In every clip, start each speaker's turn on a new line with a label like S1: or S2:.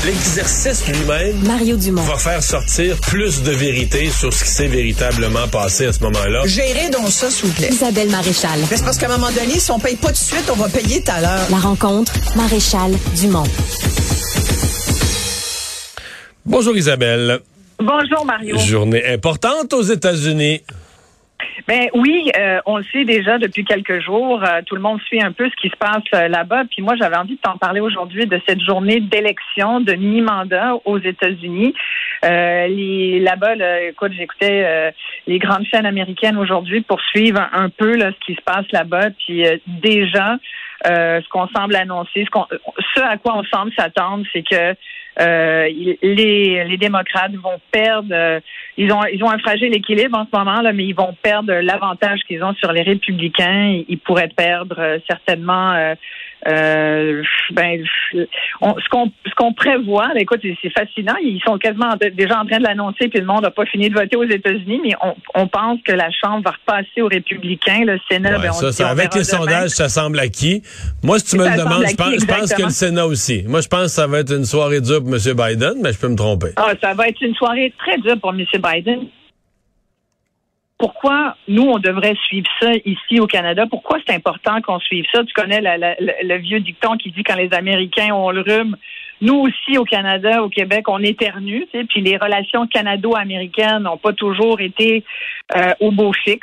S1: l'exercice lui-même
S2: Mario Dumont
S1: va faire sortir plus de vérité sur ce qui s'est véritablement passé à ce moment-là.
S3: Gérez donc ça, s'il vous plaît.
S2: Isabelle Maréchal.
S3: Mais c'est parce qu'à un moment donné, si on paye pas tout de suite, on va payer tout à l'heure.
S2: La rencontre Maréchal Dumont.
S1: Bonjour Isabelle.
S4: Bonjour Mario.
S1: Journée importante aux États-Unis.
S4: Ben oui, on le sait déjà depuis quelques jours. Tout le monde suit un peu ce qui se passe là-bas. Puis moi, j'avais envie de t'en parler aujourd'hui de cette journée d'élection de mi-mandat aux États-Unis. Là-bas, écoute, j'écoutais les grandes chaînes américaines aujourd'hui pour suivre un peu là, ce qui se passe là-bas. Puis déjà, ce qu'on semble annoncer, ce à quoi on semble s'attendre, c'est que les démocrates vont perdre. Ils ont un fragile équilibre en ce moment là, mais ils vont perdre l'avantage qu'ils ont sur les républicains. Ils pourraient perdre certainement. Ce qu'on prévoit, là, écoute, c'est fascinant. Ils sont quasiment déjà en train de l'annoncer, puis le monde n'a pas fini de voter aux États-Unis, mais on pense que la Chambre va repasser aux républicains. Le Sénat,
S1: avec les sondages, ça semble acquis. Moi, si tu me le demandes, je pense que le Sénat aussi. Moi, je pense que ça va être une soirée dure pour M. Biden, mais je peux me tromper.
S4: Ça va être une soirée très dure pour M. Biden. Pourquoi nous, on devrait suivre ça ici au Canada? Pourquoi c'est important qu'on suive ça? Tu connais le vieux dicton qui dit quand les Américains ont le rhume, nous aussi au Canada, au Québec, on éternue. Puis les relations canado-américaines n'ont pas toujours été au beau fixe.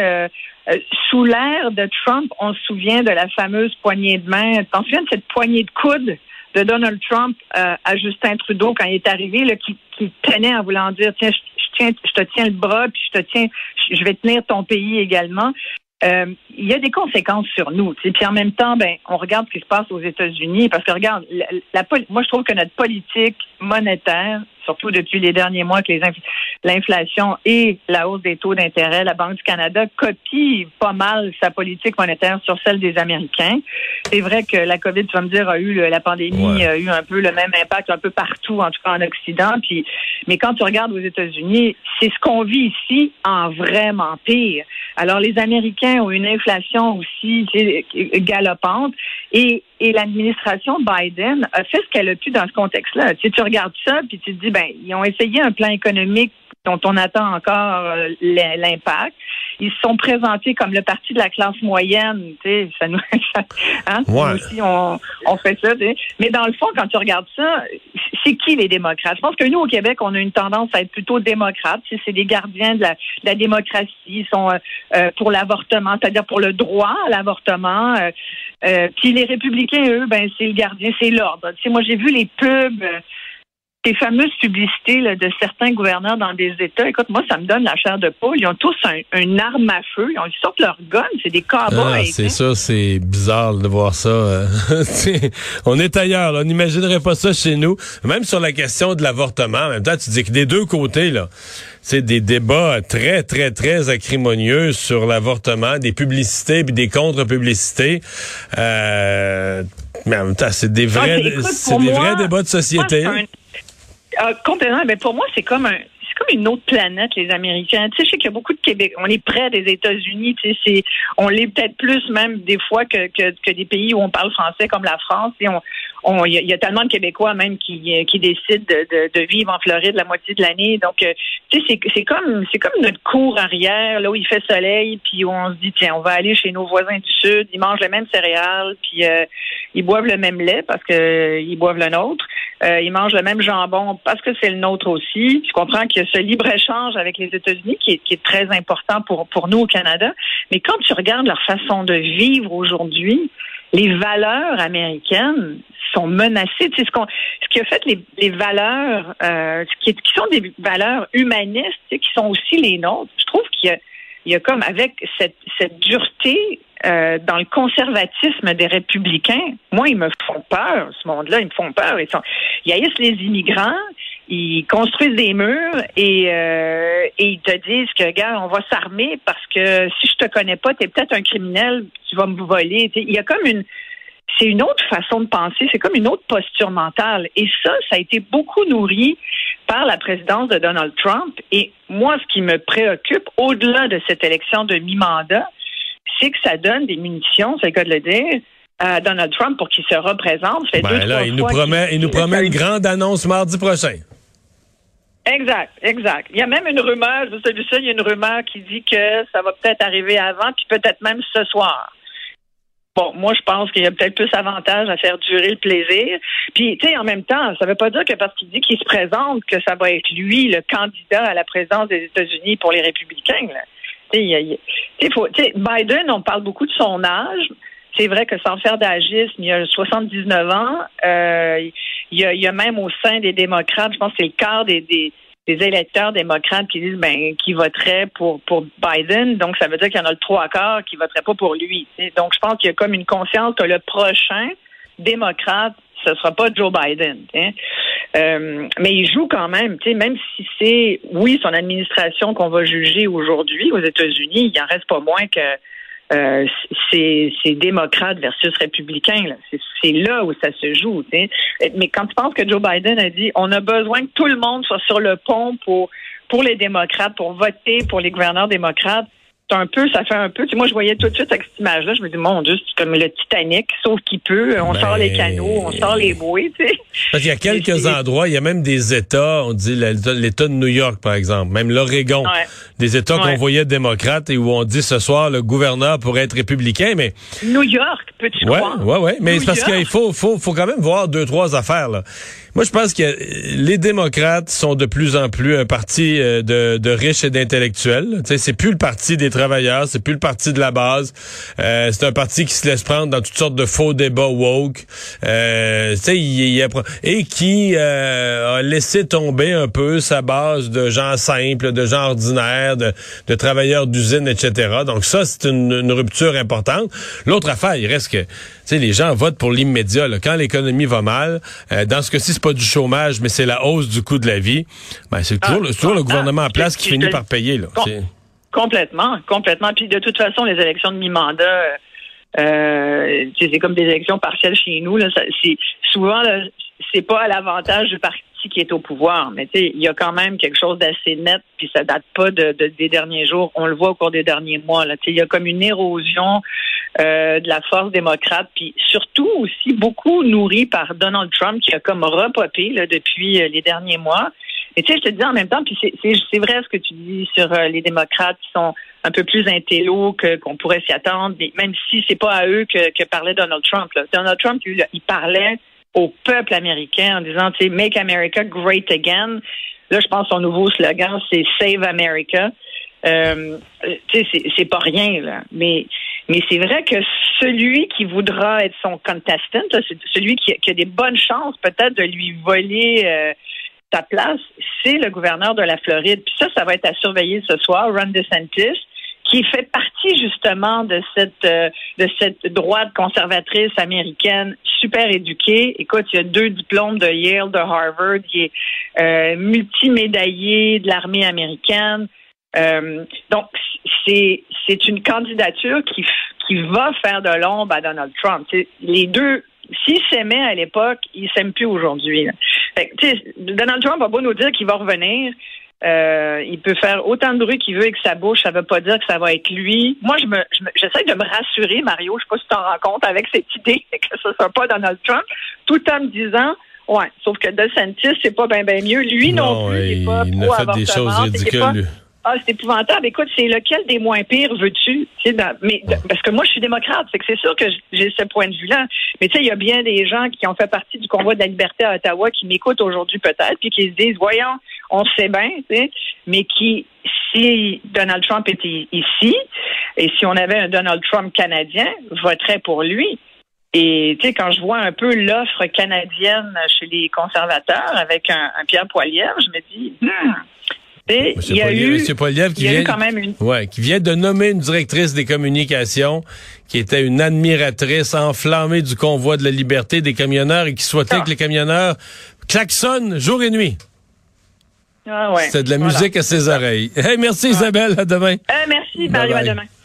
S4: Sous l'ère de Trump, on se souvient de la fameuse poignée de main. Tu t'en souviens de cette poignée de coude de Donald Trump à Justin Trudeau quand il est arrivé, là, qui tenait en voulant dire, tiens, je te tiens le bras, puis je vais tenir ton pays également. Il y a des conséquences sur nous. Puis en même temps, on regarde ce qui se passe aux États-Unis, parce que regarde, moi je trouve que notre politique monétaire, surtout depuis les derniers mois que l'inflation et la hausse des taux d'intérêt, la Banque du Canada copie pas mal sa politique monétaire sur celle des Américains. C'est vrai que la COVID, tu vas me dire, la pandémie a eu un peu le même impact un peu partout, en tout cas en Occident. Mais quand tu regardes aux États-Unis, c'est ce qu'on vit ici en vraiment pire. Alors les Américains ont une inflation aussi galopante et l'administration Biden a fait ce qu'elle a pu dans ce contexte-là. Tu regardes ça puis tu te dis, ils ont essayé un plan économique dont on attend encore l'impact. Ils se sont présentés comme le parti de la classe moyenne, tu sais, nous aussi on fait ça, tu sais. Mais dans le fond, quand tu regardes ça, c'est qui les démocrates? Je pense que nous, au Québec, on a une tendance à être plutôt démocrates. C'est des gardiens de la démocratie. Ils sont pour l'avortement, c'est-à-dire pour le droit à l'avortement. Puis les républicains, eux, c'est le gardien, c'est l'ordre. Tu sais, moi, j'ai vu les pubs, ces fameuses publicités là, de certains gouverneurs dans des États. Écoute, moi, ça me donne la chair de poule. Ils ont tous une arme à feu. Ils sortent leur gun. C'est des cowboys.
S1: C'est ça, c'est bizarre de voir ça. On est ailleurs. Là. On n'imaginerait pas ça chez nous. Même sur la question de l'avortement, en même temps, tu dis que des deux côtés, là, c'est des débats très, très, très acrimonieux sur l'avortement, des publicités puis des contre-publicités. Mais en même temps, c'est des vrais débats de société.
S4: Complètement. Pour moi, c'est comme une autre planète, les Américains. Tu sais, je sais qu'il y a beaucoup de Québec. On est près des États-Unis. Tu sais, on l'est peut-être plus même des fois que des pays où on parle français comme la France. Il y a tellement de Québécois même qui décident de vivre en Floride la moitié de l'année. Donc, tu sais, c'est comme notre cour arrière, là où il fait soleil, puis où on se dit, tiens, on va aller chez nos voisins du Sud. Ils mangent les mêmes céréales, puis ils boivent le même lait parce que ils boivent le nôtre. Ils mangent le même jambon parce que c'est le nôtre aussi. Je comprends qu'il y a ce libre-échange avec les États-Unis qui est très important pour nous au Canada. Mais quand tu regardes leur façon de vivre aujourd'hui, les valeurs américaines sont menacées. Tu sais, ce qui a fait les valeurs qui sont des valeurs humanistes, tu sais, qui sont aussi les nôtres, je trouve qu'il y a comme avec cette dureté dans le conservatisme des républicains, moi, ils me font peur, ce monde-là, ils me font peur. Ils haïssent les immigrants, ils construisent des murs et ils te disent que, regarde, on va s'armer parce que si je te connais pas, t'es peut-être un criminel, tu vas me voler. Tu sais, il y a comme c'est une autre façon de penser, c'est comme une autre posture mentale. Et ça a été beaucoup nourri par la présidence de Donald Trump. Et moi, ce qui me préoccupe, au-delà de cette élection de mi-mandat, c'est que ça donne des munitions, c'est le cas de le dire, à Donald Trump pour qu'il se représente. Ça fait
S1: il nous promet une grande annonce mardi prochain.
S4: Exact. Il y a même une rumeur, vous avez vu ça, il y a une rumeur qui dit que ça va peut-être arriver avant, puis peut-être même ce soir. Bon, moi, je pense qu'il y a peut-être plus avantage à faire durer le plaisir. Puis, tu sais, en même temps, ça veut pas dire que parce qu'il dit qu'il se présente, que ça va être lui, le candidat à la présidence des États-Unis pour les républicains, là. Biden, on parle beaucoup de son âge. C'est vrai que sans faire d'agisme, il a 79 ans. Il y a même au sein des démocrates, je pense que c'est le quart des électeurs démocrates qui disent qui voteraient pour Biden. Donc, ça veut dire qu'il y en a le 3/4 qui voteraient pas pour lui. T'sais. Donc, je pense qu'il y a comme une conscience que le prochain démocrate, ce sera pas Joe Biden. Mais il joue quand même, même si c'est, oui, son administration qu'on va juger aujourd'hui aux États-Unis, il en reste pas moins que c'est démocrate versus républicain. Là. C'est là où ça se joue. T'sais. Mais quand tu penses que Joe Biden a dit on a besoin que tout le monde soit sur le pont pour les démocrates, pour voter pour les gouverneurs démocrates, ça fait un peu. Moi, je voyais tout de suite avec cette image-là, je me dis, mon Dieu, c'est comme le Titanic, sauf qu'il peut. On sort les canaux, on sort les bouées, tu sais.
S1: Parce qu'il y a quelques endroits, il y a même des États, on dit l'État de New York, par exemple, même l'Oregon, des États qu'on voyait démocrates et où on dit ce soir, le gouverneur pourrait être républicain, mais...
S4: New York, peux-tu croire?
S1: Oui, mais c'est parce qu'il faut quand même voir 2-3 affaires, là. Moi, je pense que les démocrates sont de plus en plus un parti de riches et d'intellectuels. Tu sais, c'est plus le parti des travailleurs, c'est plus le parti de la base. C'est un parti qui se laisse prendre dans toutes sortes de faux débats woke. Tu sais, et qui a laissé tomber un peu sa base de gens simples, de gens ordinaires, de travailleurs d'usine, etc. Donc ça, c'est une rupture importante. L'autre affaire, il reste que les gens votent pour l'immédiat. Là. Quand l'économie va mal, dans ce cas-ci, c'est pas du chômage, mais c'est la hausse du coût de la vie. C'est toujours le gouvernement en place qui finit par payer. Là.
S4: Complètement. Puis de toute façon, les élections de mi-mandat, c'est comme des élections partielles chez nous. Là. Souvent, là, c'est pas à l'avantage du parti qui est au pouvoir, mais il y a quand même quelque chose d'assez net, puis ça date pas des derniers jours. On le voit au cours des derniers mois. Il y a comme une érosion de la force démocrate, puis surtout aussi beaucoup nourrie par Donald Trump qui a comme repopé là, depuis les derniers mois. Et je te dis en même temps, puis c'est vrai ce que tu dis sur les démocrates qui sont un peu plus intello qu'on pourrait s'y attendre, mais même si c'est pas à eux que parlait Donald Trump. Là. Donald Trump, il parlait au peuple américain en disant, tu sais, Make America Great Again. Là, je pense que son nouveau slogan, c'est Save America. Tu sais, c'est pas rien, là. Mais c'est vrai que celui qui voudra être son contestant, là, c'est celui qui a des bonnes chances peut-être de lui voler sa place, c'est le gouverneur de la Floride. Puis ça va être à surveiller ce soir, Ron DeSantis, qui fait partie justement de cette droite conservatrice américaine super éduquée. Écoute, il y a 2 diplômes de Yale, de Harvard, il est multimédaillé de l'armée américaine. Donc, c'est une candidature qui va faire de l'ombre à Donald Trump. T'sais, les deux, s'ils s'aimaient à l'époque, ils s'aiment plus aujourd'hui. Fait que, Donald Trump a beau nous dire qu'il va revenir. Il peut faire autant de bruit qu'il veut avec sa bouche, ça veut pas dire que ça va être lui. Moi, j'essaie de me rassurer, Mario, je sais pas si tu t'en rends compte avec cette idée que ce sera pas Donald Trump, tout en me disant, ouais, sauf que DeSantis, c'est pas bien mieux. Lui non plus, il est pas pro-avortement.
S1: Il a fait des choses ridicules, lui.
S4: C'est épouvantable. Écoute, c'est lequel des moins pires veux-tu? Parce que moi, je suis démocrate, c'est sûr que j'ai ce point de vue-là. Mais tu sais, il y a bien des gens qui ont fait partie du convoi de la liberté à Ottawa qui m'écoutent aujourd'hui peut-être, puis qui se disent, voyons, on sait bien, tu sais, mais qui, si Donald Trump était ici, et si on avait un Donald Trump canadien, voterait pour lui. Et tu sais, quand je vois un peu l'offre canadienne chez les conservateurs avec un Pierre Poilievre, je me dis, il y a eu quand même
S1: qui vient de nommer une directrice des communications qui était une admiratrice enflammée du convoi de la liberté des camionneurs et qui souhaitait que les camionneurs klaxonnent jour et nuit.
S4: Ah ouais.
S1: C'était de la musique à ses oreilles. Hey, merci Isabelle, à demain.
S4: Merci, Mario, à demain.